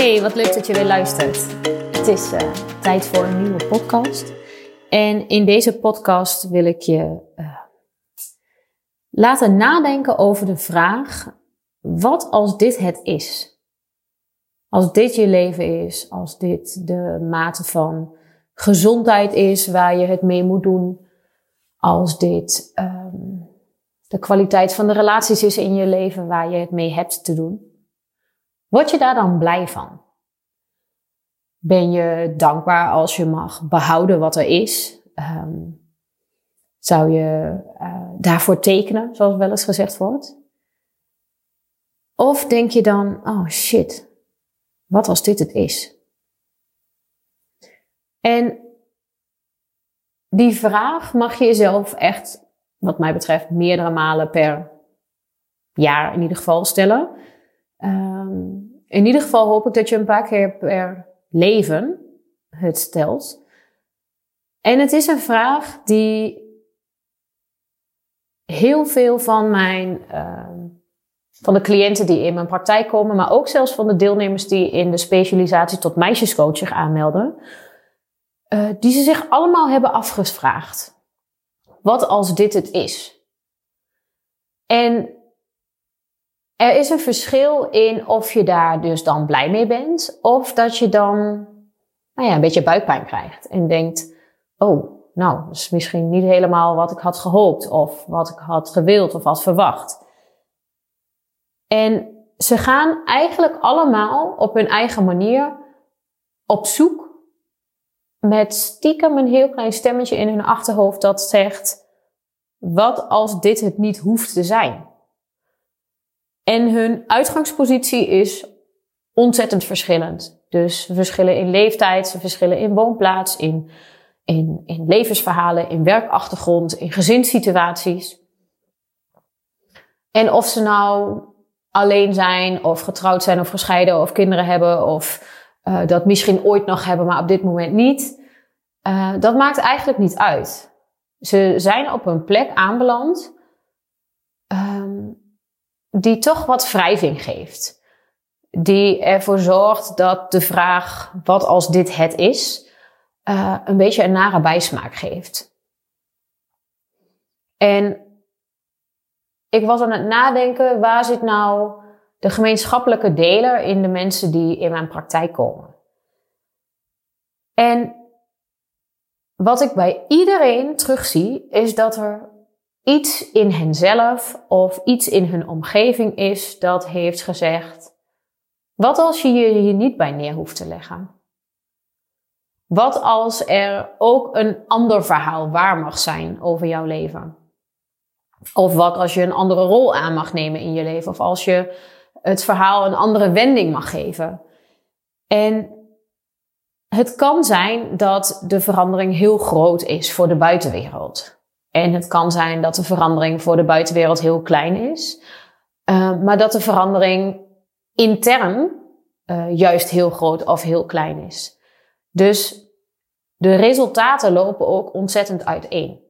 Hey, wat leuk dat je weer luistert. Het is tijd voor een nieuwe podcast. En in deze podcast wil ik je laten nadenken over de vraag: wat als dit het is? Als dit je leven is, als dit de mate van gezondheid is waar je het mee moet doen, als dit de kwaliteit van de relaties is in je leven waar je het mee hebt te doen. Word je daar dan blij van? Ben je dankbaar als je mag behouden wat er is? Zou je daarvoor tekenen, zoals wel eens gezegd wordt? Of denk je dan, oh shit, wat als dit het is? En die vraag mag je jezelf echt, wat mij betreft, meerdere malen per jaar in ieder geval stellen. In ieder geval hoop ik dat je een paar keer per leven het stelt. En het is een vraag die heel veel van van de cliënten die in mijn praktijk komen, maar ook zelfs van de deelnemers die in de specialisatie tot meisjescoach zich aanmelden, die ze zich allemaal hebben afgevraagd. Wat als dit het is? En er is een verschil in of je daar dus dan blij mee bent, of dat je dan een beetje buikpijn krijgt en denkt, oh, nou, dat is misschien niet helemaal wat ik had gehoopt, of wat ik had gewild of had verwacht. En ze gaan eigenlijk allemaal op hun eigen manier op zoek met stiekem een heel klein stemmetje in hun achterhoofd dat zegt, wat als dit het niet hoeft te zijn? En hun uitgangspositie is ontzettend verschillend. Dus ze verschillen in leeftijd, ze verschillen in woonplaats, in levensverhalen, in werkachtergrond, in gezinssituaties. En of ze nou alleen zijn, of getrouwd zijn, of gescheiden, of kinderen hebben, of dat misschien ooit nog hebben, maar op dit moment niet. Dat maakt eigenlijk niet uit. Ze zijn op een plek aanbeland die toch wat wrijving geeft. Die ervoor zorgt dat de vraag, wat als dit het is, een beetje een nare bijsmaak geeft. En ik was aan het nadenken, waar zit nou de gemeenschappelijke deler in de mensen die in mijn praktijk komen? En wat ik bij iedereen terugzie, is dat er iets in henzelf of iets in hun omgeving is dat heeft gezegd, wat als je je hier niet bij neer hoeft te leggen? Wat als er ook een ander verhaal waar mag zijn over jouw leven? Of wat als je een andere rol aan mag nemen in je leven? Of als je het verhaal een andere wending mag geven? En het kan zijn dat de verandering heel groot is voor de buitenwereld. En het kan zijn dat de verandering voor de buitenwereld heel klein is. Maar dat de verandering intern juist heel groot of heel klein is. Dus de resultaten lopen ook ontzettend uiteen.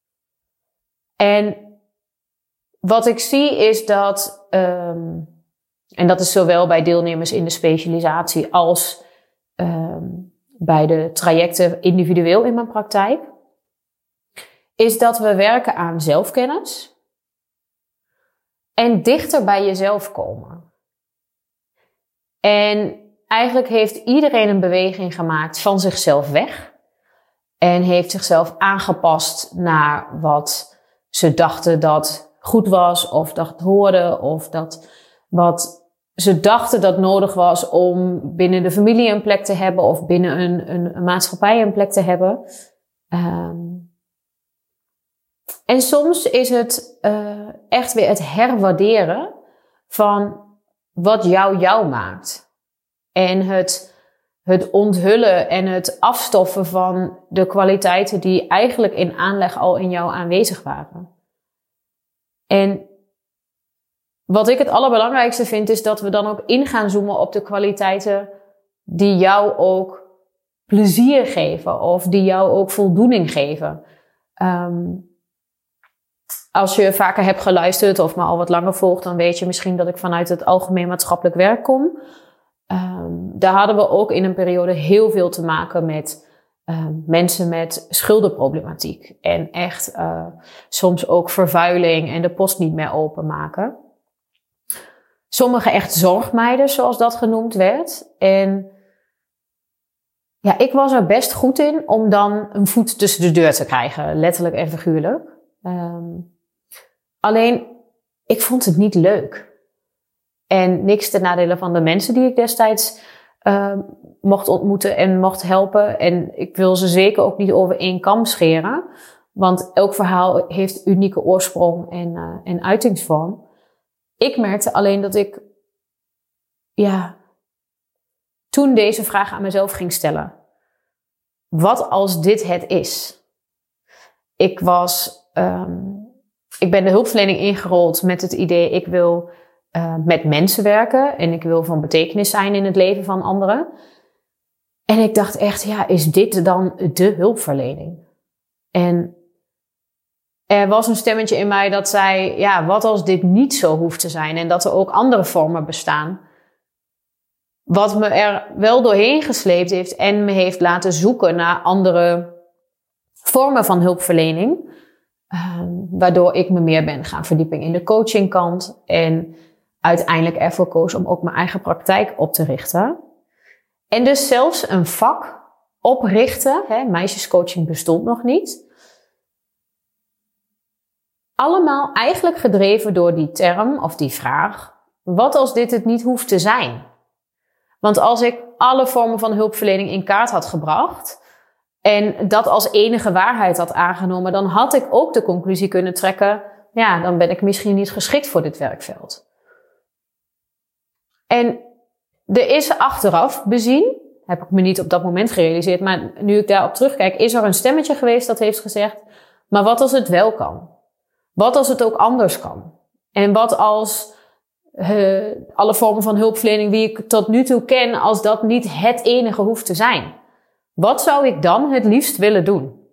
En wat ik zie is dat, en dat is zowel bij deelnemers in de specialisatie als bij de trajecten individueel in mijn praktijk, is dat we werken aan zelfkennis en dichter bij jezelf komen. En eigenlijk heeft iedereen een beweging gemaakt van zichzelf weg en heeft zichzelf aangepast naar wat ze dachten dat goed was of dat hoorde of dat wat ze dachten dat nodig was om binnen de familie een plek te hebben of binnen een maatschappij een plek te hebben. En soms is het echt weer het herwaarderen van wat jou maakt. En het onthullen en het afstoffen van de kwaliteiten die eigenlijk in aanleg al in jou aanwezig waren. En wat ik het allerbelangrijkste vind is dat we dan ook in gaan zoomen op de kwaliteiten die jou ook plezier geven of die jou ook voldoening geven. Als je vaker hebt geluisterd of me al wat langer volgt, dan weet je misschien dat ik vanuit het algemeen maatschappelijk werk kom. Daar hadden we ook in een periode heel veel te maken met mensen met schuldenproblematiek. En echt soms ook vervuiling en de post niet meer openmaken. Sommigen echt zorgmeiden, zoals dat genoemd werd. En ja, ik was er best goed in om dan een voet tussen de deur te krijgen. Letterlijk en figuurlijk. Alleen, ik vond het niet leuk. En niks ten nadele van de mensen die ik destijds mocht ontmoeten en mocht helpen. En ik wil ze zeker ook niet over één kam scheren. Want elk verhaal heeft unieke oorsprong en uitingsvorm. Ik merkte alleen dat ik toen deze vraag aan mezelf ging stellen. Wat als dit het is? Ik ben de hulpverlening ingerold met het idee, ik wil met mensen werken en ik wil van betekenis zijn in het leven van anderen. En ik dacht echt, is dit dan de hulpverlening? En er was een stemmetje in mij dat zei, wat als dit niet zo hoeft te zijn en dat er ook andere vormen bestaan. Wat me er wel doorheen gesleept heeft en me heeft laten zoeken naar andere vormen van hulpverlening. Waardoor ik me meer ben gaan verdiepen in de coachingkant. En uiteindelijk ervoor koos om ook mijn eigen praktijk op te richten. En dus zelfs een vak oprichten. Meisjescoaching bestond nog niet. Allemaal eigenlijk gedreven door die term of die vraag. Wat als dit het niet hoeft te zijn? Want als ik alle vormen van hulpverlening in kaart had gebracht en dat als enige waarheid had aangenomen, dan had ik ook de conclusie kunnen trekken, dan ben ik misschien niet geschikt voor dit werkveld. En er is achteraf bezien, heb ik me niet op dat moment gerealiseerd, maar nu ik daarop terugkijk, is er een stemmetje geweest dat heeft gezegd, maar wat als het wel kan? Wat als het ook anders kan? En wat als alle vormen van hulpverlening die ik tot nu toe ken, als dat niet het enige hoeft te zijn? Wat zou ik dan het liefst willen doen?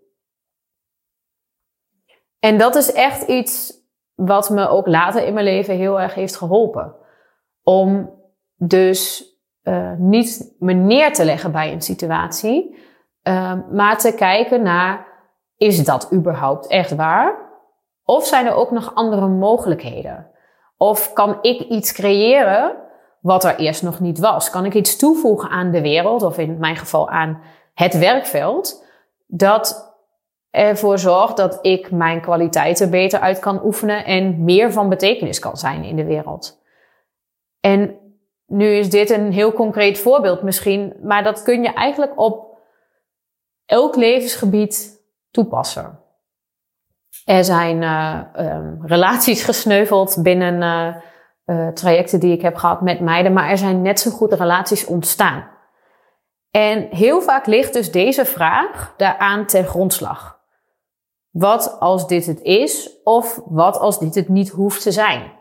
En dat is echt iets wat me ook later in mijn leven heel erg heeft geholpen. Om dus niet me neer te leggen bij een situatie, maar te kijken naar, is dat überhaupt echt waar? Of zijn er ook nog andere mogelijkheden? Of kan ik iets creëren wat er eerst nog niet was? Kan ik iets toevoegen aan de wereld, of in mijn geval aan het werkveld, dat ervoor zorgt dat ik mijn kwaliteiten beter uit kan oefenen en meer van betekenis kan zijn in de wereld? En nu is dit een heel concreet voorbeeld misschien, maar dat kun je eigenlijk op elk levensgebied toepassen. Er zijn relaties gesneuveld binnen trajecten die ik heb gehad met meiden, maar er zijn net zo goed relaties ontstaan. En heel vaak ligt dus deze vraag daaraan ten grondslag. Wat als dit het is, of wat als dit het niet hoeft te zijn?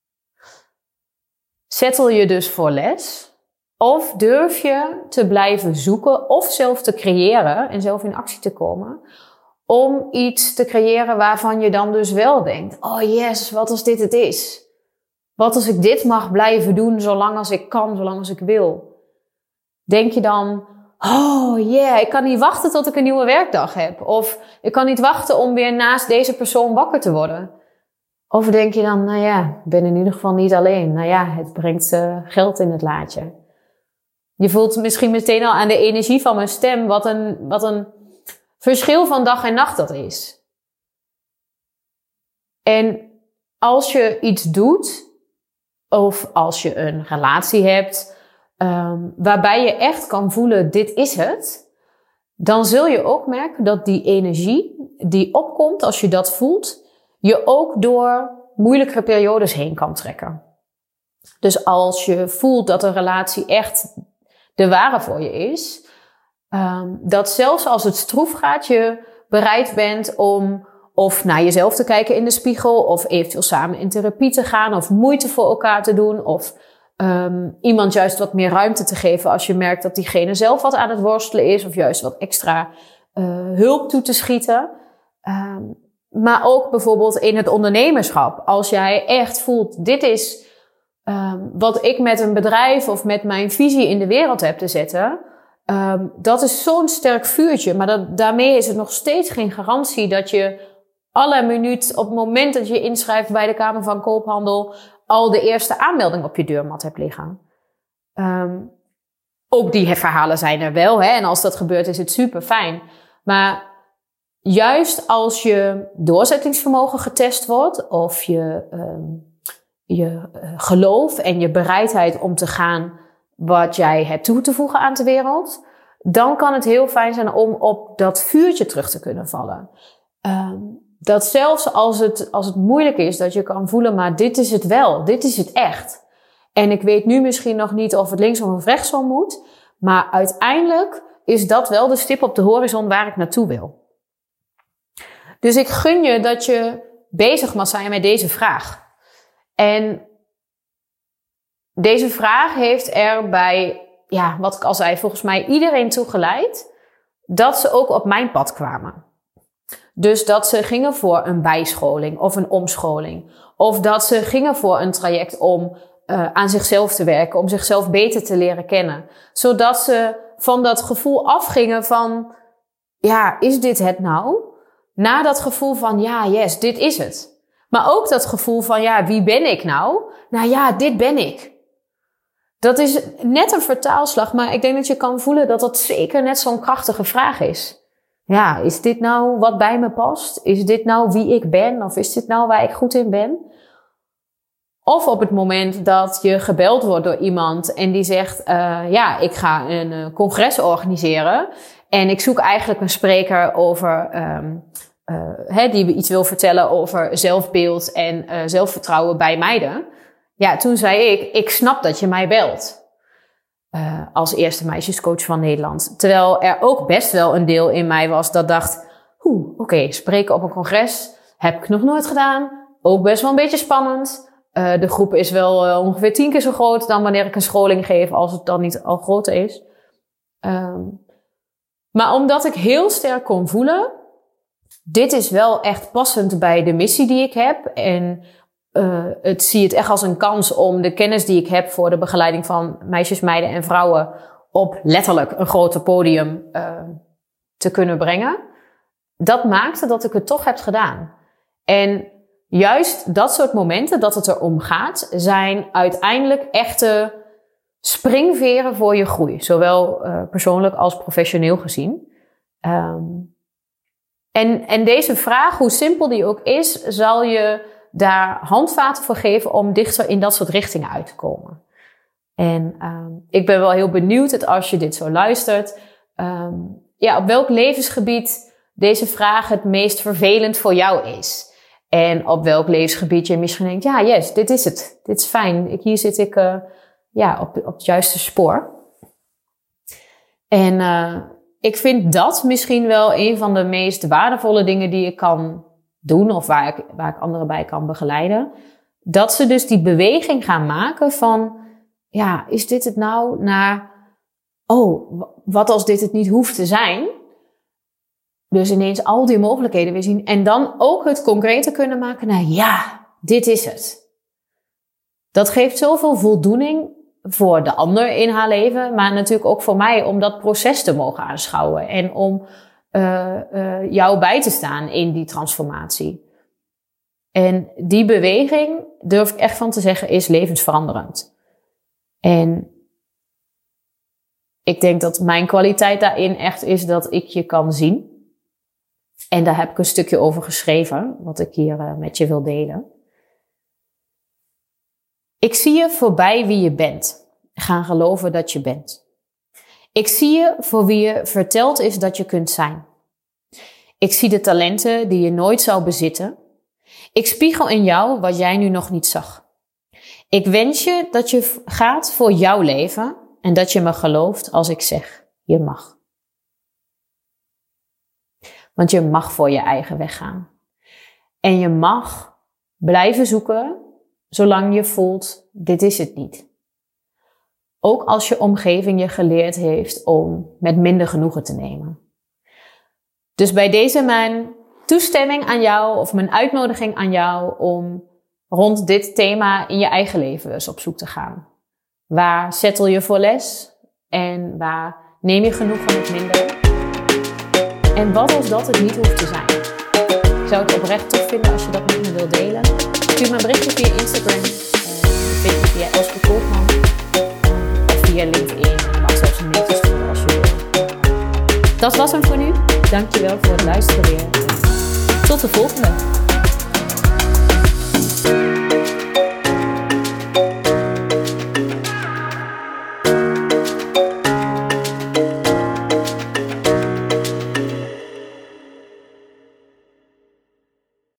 Zettel je dus voor les, of durf je te blijven zoeken of zelf te creëren en zelf in actie te komen, om iets te creëren waarvan je dan dus wel denkt, oh yes, wat als dit het is? Wat als ik dit mag blijven doen zolang als ik kan, zolang als ik wil? Denk je dan, oh yeah, ik kan niet wachten tot ik een nieuwe werkdag heb. Of ik kan niet wachten om weer naast deze persoon wakker te worden. Of denk je dan, ik ben in ieder geval niet alleen. Het brengt geld in het laadje. Je voelt misschien meteen al aan de energie van mijn stem wat een verschil van dag en nacht dat is. En als je iets doet, of als je een relatie hebt, waarbij je echt kan voelen, dit is het, dan zul je ook merken dat die energie die opkomt als je dat voelt, je ook door moeilijkere periodes heen kan trekken. Dus als je voelt dat een relatie echt de ware voor je is, dat zelfs als het stroef gaat, je bereid bent om of naar jezelf te kijken in de spiegel, of eventueel samen in therapie te gaan, of moeite voor elkaar te doen, of iemand juist wat meer ruimte te geven als je merkt dat diegene zelf wat aan het worstelen is, of juist wat extra hulp toe te schieten. Maar ook bijvoorbeeld in het ondernemerschap. Als jij echt voelt, dit is wat ik met een bedrijf of met mijn visie in de wereld heb te zetten, dat is zo'n sterk vuurtje. Maar daarmee is het nog steeds geen garantie dat je alle minuut op het moment dat je inschrijft bij de Kamer van Koophandel al de eerste aanmelding op je deurmat hebt liggen. Ook die verhalen zijn er wel, hè? En als dat gebeurt is het super fijn. Maar juist als je doorzettingsvermogen getest wordt of je geloof en je bereidheid om te gaan wat jij hebt toe te voegen aan de wereld, dan kan het heel fijn zijn om op dat vuurtje terug te kunnen vallen. Dat zelfs als het moeilijk is, dat je kan voelen, maar dit is het wel, dit is het echt. En ik weet nu misschien nog niet of het linksom of rechtsom moet, maar uiteindelijk is dat wel de stip op de horizon waar ik naartoe wil. Dus ik gun je dat je bezig mag zijn met deze vraag. En deze vraag heeft er bij, wat ik al zei, volgens mij iedereen toe geleid dat ze ook op mijn pad kwamen. Dus dat ze gingen voor een bijscholing of een omscholing. Of dat ze gingen voor een traject om aan zichzelf te werken, om zichzelf beter te leren kennen. Zodat ze van dat gevoel afgingen van, is dit het nou? Naar dat gevoel van, yes, dit is het. Maar ook dat gevoel van, wie ben ik nou? Nou dit ben ik. Dat is net een vertaalslag, maar ik denk dat je kan voelen dat dat zeker net zo'n krachtige vraag is. Is dit nou wat bij me past? Is dit nou wie ik ben? Of is dit nou waar ik goed in ben? Of op het moment dat je gebeld wordt door iemand en die zegt, ik ga een congres organiseren en ik zoek eigenlijk een spreker over, die iets wil vertellen over zelfbeeld en zelfvertrouwen bij meiden. Ja, toen zei ik snap dat je mij belt. Als eerste meisjescoach van Nederland. Terwijl er ook best wel een deel in mij was dat dacht, spreken op een congres heb ik nog nooit gedaan. Ook best wel een beetje spannend. De groep is wel ongeveer 10 keer zo groot dan wanneer ik een scholing geef, als het dan niet al groter is. Maar omdat ik heel sterk kon voelen, dit is wel echt passend bij de missie die ik heb. En zie het echt als een kans om de kennis die ik heb voor de begeleiding van meisjes, meiden en vrouwen op letterlijk een groter podium te kunnen brengen. Dat maakte dat ik het toch heb gedaan. En juist dat soort momenten dat het erom gaat, zijn uiteindelijk echte springveren voor je groei. Zowel persoonlijk als professioneel gezien. En deze vraag, hoe simpel die ook is, zal je daar handvaten voor geven om dichter in dat soort richtingen uit te komen. En ik ben wel heel benieuwd dat als je dit zo luistert, op welk levensgebied deze vraag het meest vervelend voor jou is. En op welk levensgebied je misschien denkt, yes, dit is het. Dit is fijn. Hier zit ik op het juiste spoor. En ik vind dat misschien wel een van de meest waardevolle dingen die ik kan doen, of waar ik anderen bij kan begeleiden. Dat ze dus die beweging gaan maken van, is dit het nou, naar, wat als dit het niet hoeft te zijn? Dus ineens al die mogelijkheden weer zien. En dan ook het concrete kunnen maken naar, dit is het. Dat geeft zoveel voldoening voor de ander in haar leven, maar natuurlijk ook voor mij om dat proces te mogen aanschouwen. En om jou bij te staan in die transformatie. En die beweging, durf ik echt van te zeggen, is levensveranderend. En ik denk dat mijn kwaliteit daarin echt is dat ik je kan zien. En daar heb ik een stukje over geschreven, wat ik hier met je wil delen. Ik zie je voorbij wie je bent. Gaan geloven dat je bent. Ik zie je voor wie je verteld is dat je kunt zijn. Ik zie de talenten die je nooit zou bezitten. Ik spiegel in jou wat jij nu nog niet zag. Ik wens je dat je gaat voor jouw leven en dat je me gelooft als ik zeg, je mag. Want je mag voor je eigen weg gaan. En je mag blijven zoeken zolang je voelt, dit is het niet. Ook als je omgeving je geleerd heeft om met minder genoegen te nemen. Dus bij deze mijn toestemming aan jou of mijn uitnodiging aan jou om rond dit thema in je eigen leven eens op zoek te gaan. Waar settle je voor les? En waar neem je genoeg van het minder? En wat als dat het niet hoeft te zijn? Ik zou het oprecht tof vinden als je dat met me wilt delen. Stuur me een berichtje via Instagram. Vind je via Elske Koopman. Of via LinkedIn. En je mag zelfs een mailtje sturen als je wil. Dat was hem voor nu. Dankjewel voor het luisteren weer. Tot de volgende.